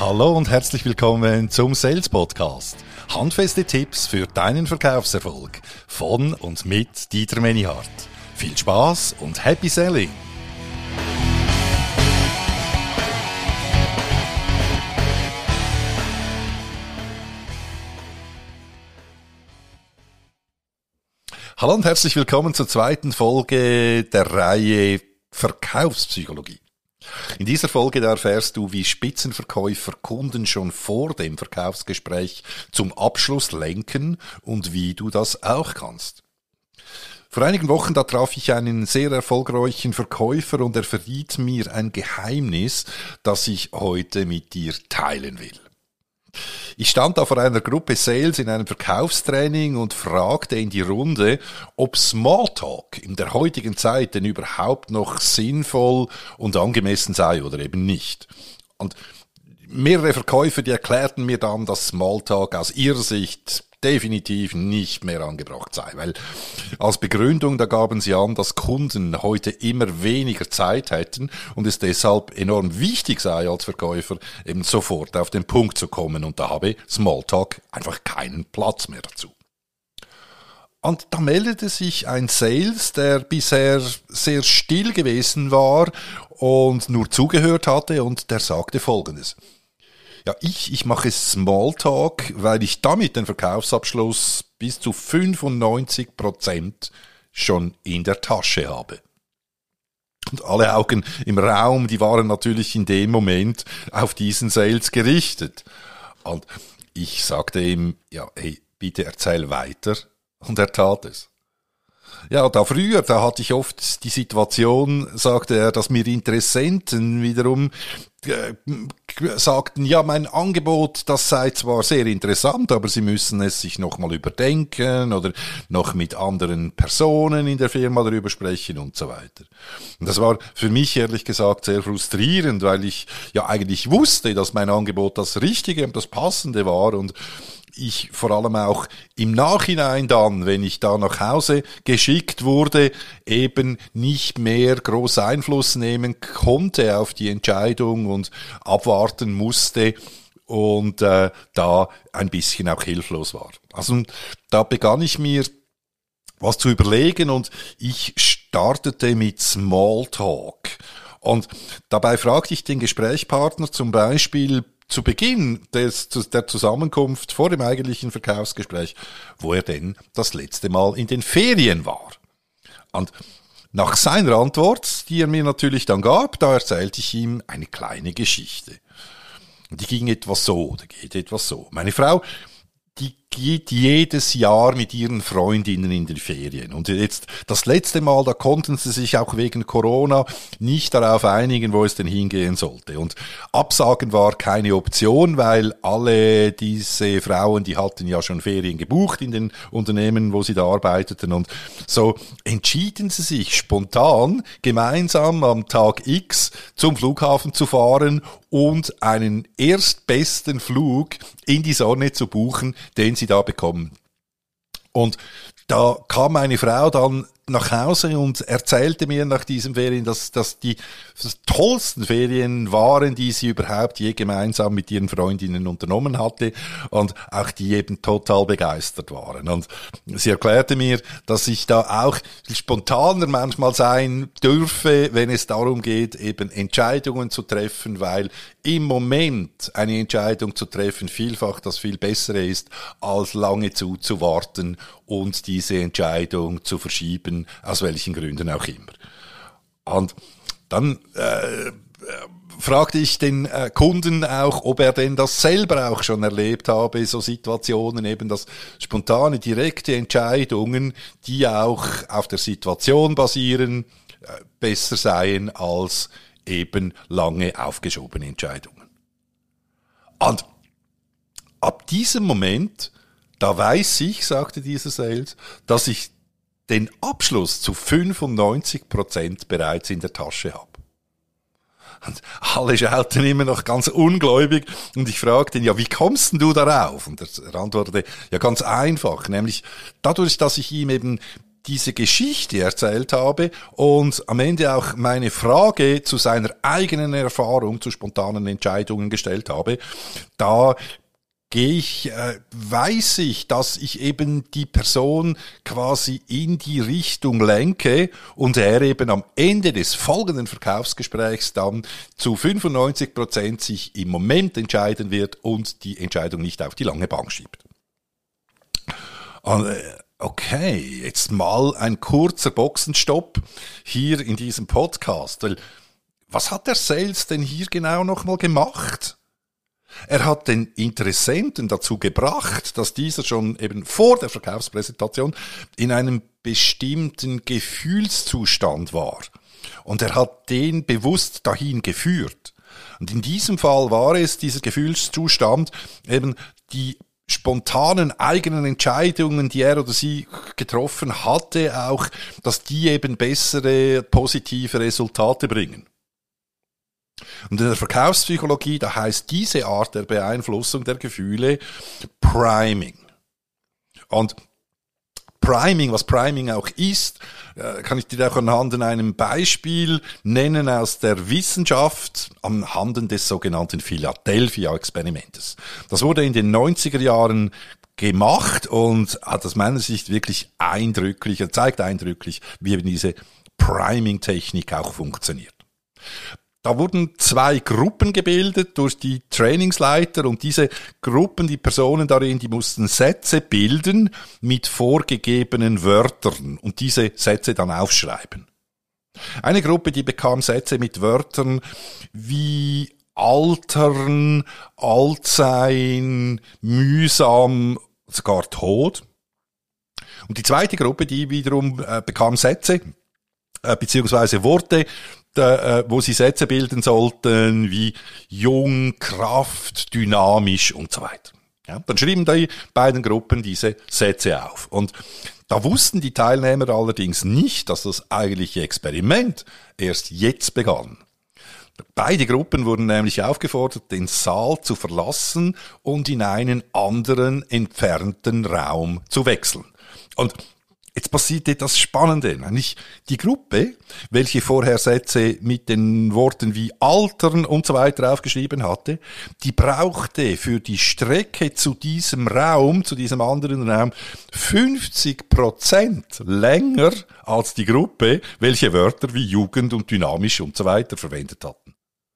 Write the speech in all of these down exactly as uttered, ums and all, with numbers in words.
Hallo und herzlich willkommen zum Sales Podcast. Handfeste Tipps für deinen Verkaufserfolg von und mit Dieter Menihardt. Viel Spaß und Happy Selling! Hallo und herzlich willkommen zur zweiten Folge der Reihe Verkaufspsychologie. In dieser Folge da erfährst du, wie Spitzenverkäufer Kunden schon vor dem Verkaufsgespräch zum Abschluss lenken und wie du das auch kannst. Vor einigen Wochen da traf ich einen sehr erfolgreichen Verkäufer und er verriet mir ein Geheimnis, das ich heute mit dir teilen will. Ich stand da vor einer Gruppe Sales in einem Verkaufstraining und fragte in die Runde, ob Smalltalk in der heutigen Zeit denn überhaupt noch sinnvoll und angemessen sei oder eben nicht. Und mehrere Verkäufer, die erklärten mir dann, dass Smalltalk aus ihrer Sicht definitiv nicht mehr angebracht sei, weil als Begründung, da gaben sie an, dass Kunden heute immer weniger Zeit hätten und es deshalb enorm wichtig sei als Verkäufer, eben sofort auf den Punkt zu kommen und da habe Smalltalk einfach keinen Platz mehr dazu. Und da meldete sich ein Sales, der bisher sehr still gewesen war und nur zugehört hatte und der sagte Folgendes. Ja, ich, ich mache Smalltalk, weil ich damit den Verkaufsabschluss bis zu fünfundneunzig Prozent schon in der Tasche habe. Und alle Augen im Raum, die waren natürlich in dem Moment auf diesen Sales gerichtet. Und ich sagte ihm, ja, hey, bitte erzähl weiter. Und er tat es. Ja, da früher, da hatte ich oft die Situation, sagte er, dass mir Interessenten wiederum äh, sagten, ja, mein Angebot, das sei zwar sehr interessant, aber sie müssen es sich nochmal überdenken oder noch mit anderen Personen in der Firma darüber sprechen und so weiter. Und das war für mich ehrlich gesagt sehr frustrierend, weil ich ja eigentlich wusste, dass mein Angebot das Richtige und das Passende war und ich vor allem auch im Nachhinein dann, wenn ich da nach Hause geschickt wurde, eben nicht mehr groß Einfluss nehmen konnte auf die Entscheidung und abwarten musste und äh, da ein bisschen auch hilflos war. Also da begann ich mir was zu überlegen und ich startete mit Smalltalk. Und dabei fragte ich den Gesprächspartner zum Beispiel zu Beginn des, der Zusammenkunft vor dem eigentlichen Verkaufsgespräch, wo er denn das letzte Mal in den Ferien war. Und nach seiner Antwort, die er mir natürlich dann gab, da erzählte ich ihm eine kleine Geschichte. Die ging etwas so, die geht etwas so. Meine Frau, die geht jedes Jahr mit ihren Freundinnen in die Ferien. Und jetzt das letzte Mal, da konnten sie sich auch wegen Corona nicht darauf einigen, wo es denn hingehen sollte. Und Absagen war keine Option, weil alle diese Frauen, die hatten ja schon Ferien gebucht in den Unternehmen, wo sie da arbeiteten. Und so entschieden sie sich spontan, gemeinsam am Tag X zum Flughafen zu fahren und einen erstbesten Flug in die Sonne zu buchen, den sie da bekommen. Und da kam meine Frau dann nach Hause und erzählte mir nach diesen Ferien, dass das die tollsten Ferien waren, die sie überhaupt je gemeinsam mit ihren Freundinnen unternommen hatte und auch die eben total begeistert waren. Und sie erklärte mir, dass ich da auch spontaner manchmal sein dürfe, wenn es darum geht, eben Entscheidungen zu treffen, weil im Moment eine Entscheidung zu treffen vielfach das viel Bessere ist, als lange zuzuwarten und diese Entscheidung zu verschieben, aus welchen Gründen auch immer. Und dann äh, fragte ich den äh, Kunden auch, ob er denn das selber auch schon erlebt habe, so Situationen, eben dass spontane, direkte Entscheidungen, die auch auf der Situation basieren, äh, besser seien als eben lange aufgeschobene Entscheidungen. Und ab diesem Moment, da weiß ich, sagte dieser Sales, dass ich den Abschluss zu fünfundneunzig Prozent bereits in der Tasche habe. Und alle schauten immer noch ganz ungläubig und ich fragte ihn, ja, wie kommst denn du darauf? Und er antwortete, ja, ganz einfach, nämlich dadurch, dass ich ihm eben diese Geschichte erzählt habe und am Ende auch meine Frage zu seiner eigenen Erfahrung zu spontanen Entscheidungen gestellt habe, da gehe ich, äh, weiß ich, dass ich eben die Person quasi in die Richtung lenke und er eben am Ende des folgenden Verkaufsgesprächs dann zu fünfundneunzig Prozent sich im Moment entscheiden wird und die Entscheidung nicht auf die lange Bank schiebt. Okay, jetzt mal ein kurzer Boxenstopp hier in diesem Podcast. Weil was hat der Sales denn hier genau nochmal gemacht? Er hat den Interessenten dazu gebracht, dass dieser schon eben vor der Verkaufspräsentation in einem bestimmten Gefühlszustand war. Und er hat den bewusst dahin geführt. Und in diesem Fall war es dieser Gefühlszustand, eben die spontanen eigenen Entscheidungen, die er oder sie getroffen hatte, auch, dass die eben bessere, positive Resultate bringen. Und in der Verkaufspsychologie, da heißt diese Art der Beeinflussung der Gefühle Priming. Und Priming, was Priming auch ist, kann ich dir auch anhand einem Beispiel nennen aus der Wissenschaft, anhand des sogenannten Philadelphia-Experimentes. Das wurde in den neunziger Jahren gemacht und hat aus meiner Sicht wirklich eindrücklich, er zeigt eindrücklich, wie eben diese Priming-Technik auch funktioniert. Da wurden zwei Gruppen gebildet durch die Trainingsleiter und diese Gruppen, die Personen darin, die mussten Sätze bilden mit vorgegebenen Wörtern und diese Sätze dann aufschreiben. Eine Gruppe, die bekam Sätze mit Wörtern wie altern, alt sein, mühsam, sogar Tod. Und die zweite Gruppe, die wiederum äh, bekam Sätze, äh, beziehungsweise Worte, äh, wo sie Sätze bilden sollten, wie jung, Kraft, dynamisch und so weiter. Ja, dann schrieben die beiden Gruppen diese Sätze auf. Und da wussten die Teilnehmer allerdings nicht, dass das eigentliche Experiment erst jetzt begann. Beide Gruppen wurden nämlich aufgefordert, den Saal zu verlassen und in einen anderen entfernten Raum zu wechseln. Und jetzt passiert etwas Spannendes. Nämlich die Gruppe, welche vorher Sätze mit den Worten wie altern und so weiter aufgeschrieben hatte, die brauchte für die Strecke zu diesem Raum, zu diesem anderen Raum, fünfzig Prozent länger als die Gruppe, welche Wörter wie Jugend und dynamisch und so weiter verwendet hatten.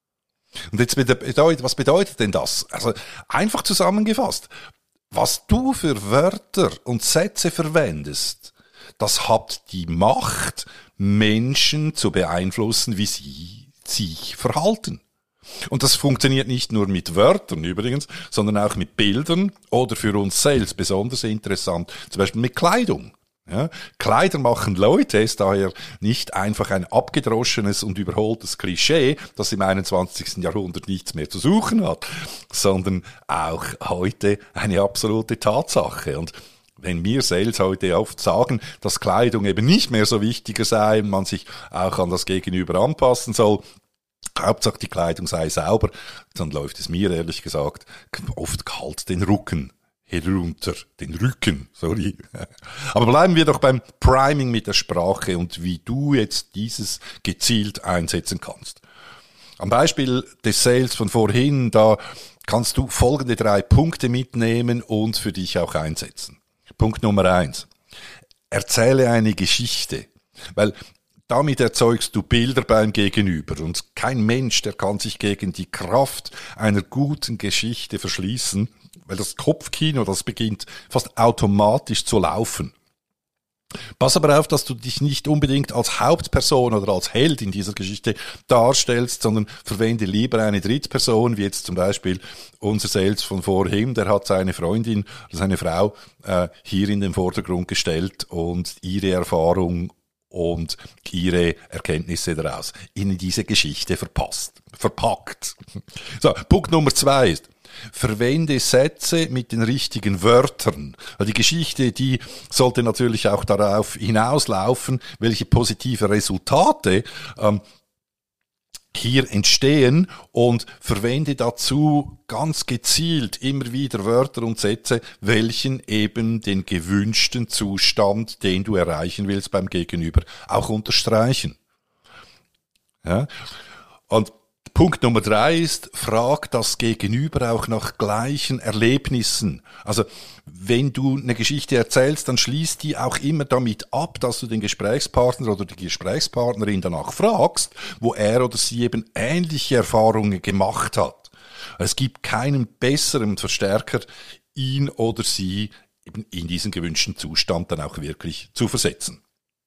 Und jetzt bedeutet, was bedeutet denn das? Also einfach zusammengefasst, was du für Wörter und Sätze verwendest, das hat die Macht, Menschen zu beeinflussen, wie sie sich verhalten. Und das funktioniert nicht nur mit Wörtern übrigens, sondern auch mit Bildern oder für uns selbst besonders interessant, zum Beispiel mit Kleidung. Ja, Kleider machen Leute ist daher nicht einfach ein abgedroschenes und überholtes Klischee, das im einundzwanzigsten Jahrhundert nichts mehr zu suchen hat, sondern auch heute eine absolute Tatsache. Und wenn wir Sales heute oft sagen, dass Kleidung eben nicht mehr so wichtiger sei und man sich auch an das Gegenüber anpassen soll, Hauptsache die Kleidung sei sauber, dann läuft es mir ehrlich gesagt oft kalt den Rücken herunter, den Rücken, sorry. Aber bleiben wir doch beim Priming mit der Sprache und wie du jetzt dieses gezielt einsetzen kannst. Am Beispiel des Sales von vorhin, da kannst du folgende drei Punkte mitnehmen und für dich auch einsetzen. Punkt Nummer eins. Erzähle eine Geschichte, weil damit erzeugst du Bilder beim Gegenüber und kein Mensch, der kann sich gegen die Kraft einer guten Geschichte verschließen, weil das Kopfkino, das beginnt fast automatisch zu laufen. Pass aber auf, dass du dich nicht unbedingt als Hauptperson oder als Held in dieser Geschichte darstellst, sondern verwende lieber eine Drittperson, wie jetzt zum Beispiel unser Sales von vorhin, der hat seine Freundin, seine Frau äh, hier in den Vordergrund gestellt und ihre Erfahrung und ihre Erkenntnisse daraus in diese Geschichte verpasst, verpackt. So, Punkt Nummer zwei ist, verwende Sätze mit den richtigen Wörtern. Die Geschichte, die sollte natürlich auch darauf hinauslaufen, welche positive Resultate ähm, hier entstehen und verwende dazu ganz gezielt immer wieder Wörter und Sätze, welchen eben den gewünschten Zustand, den du erreichen willst beim Gegenüber, auch unterstreichen. Ja? Und Punkt Nummer drei ist, frag das Gegenüber auch nach gleichen Erlebnissen. Also, wenn du eine Geschichte erzählst, dann schließ die auch immer damit ab, dass du den Gesprächspartner oder die Gesprächspartnerin danach fragst, wo er oder sie eben ähnliche Erfahrungen gemacht hat. Es gibt keinen besseren Verstärker, ihn oder sie eben in diesen gewünschten Zustand dann auch wirklich zu versetzen.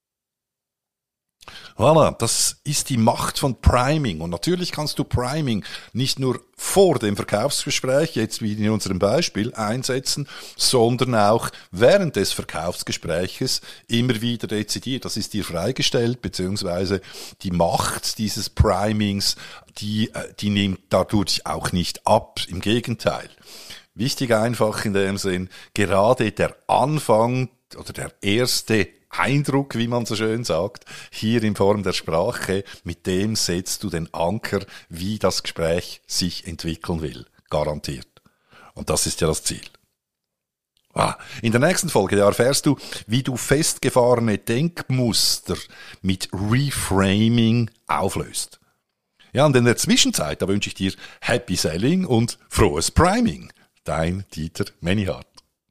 Voilà, das ist die Macht von Priming. Und natürlich kannst du Priming nicht nur vor dem Verkaufsgespräch, jetzt wie in unserem Beispiel, einsetzen, sondern auch während des Verkaufsgespräches immer wieder dezidiert. Das ist dir freigestellt, beziehungsweise die Macht dieses Primings, die, die nimmt dadurch auch nicht ab. Im Gegenteil. Wichtig einfach in dem Sinn, gerade der Anfang oder der erste Eindruck, wie man so schön sagt, hier in Form der Sprache, mit dem setzt du den Anker, wie das Gespräch sich entwickeln will. Garantiert. Und das ist ja das Ziel. Ah, in der nächsten Folge da erfährst du, wie du festgefahrene Denkmuster mit Reframing auflöst. Ja, und in der Zwischenzeit, da wünsche ich dir Happy Selling und frohes Priming. Dein Dieter Menihardt.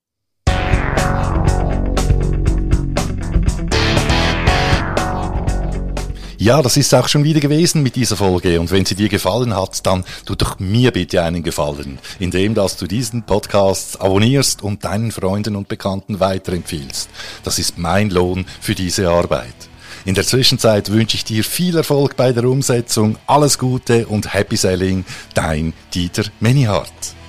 Ja, das ist auch schon wieder gewesen mit dieser Folge. Und wenn sie dir gefallen hat, dann tu doch mir bitte einen Gefallen, indem dass du diesen Podcast abonnierst und deinen Freunden und Bekannten weiterempfiehlst. Das ist mein Lohn für diese Arbeit. In der Zwischenzeit wünsche ich dir viel Erfolg bei der Umsetzung, alles Gute und Happy Selling, dein Dieter Menihardt.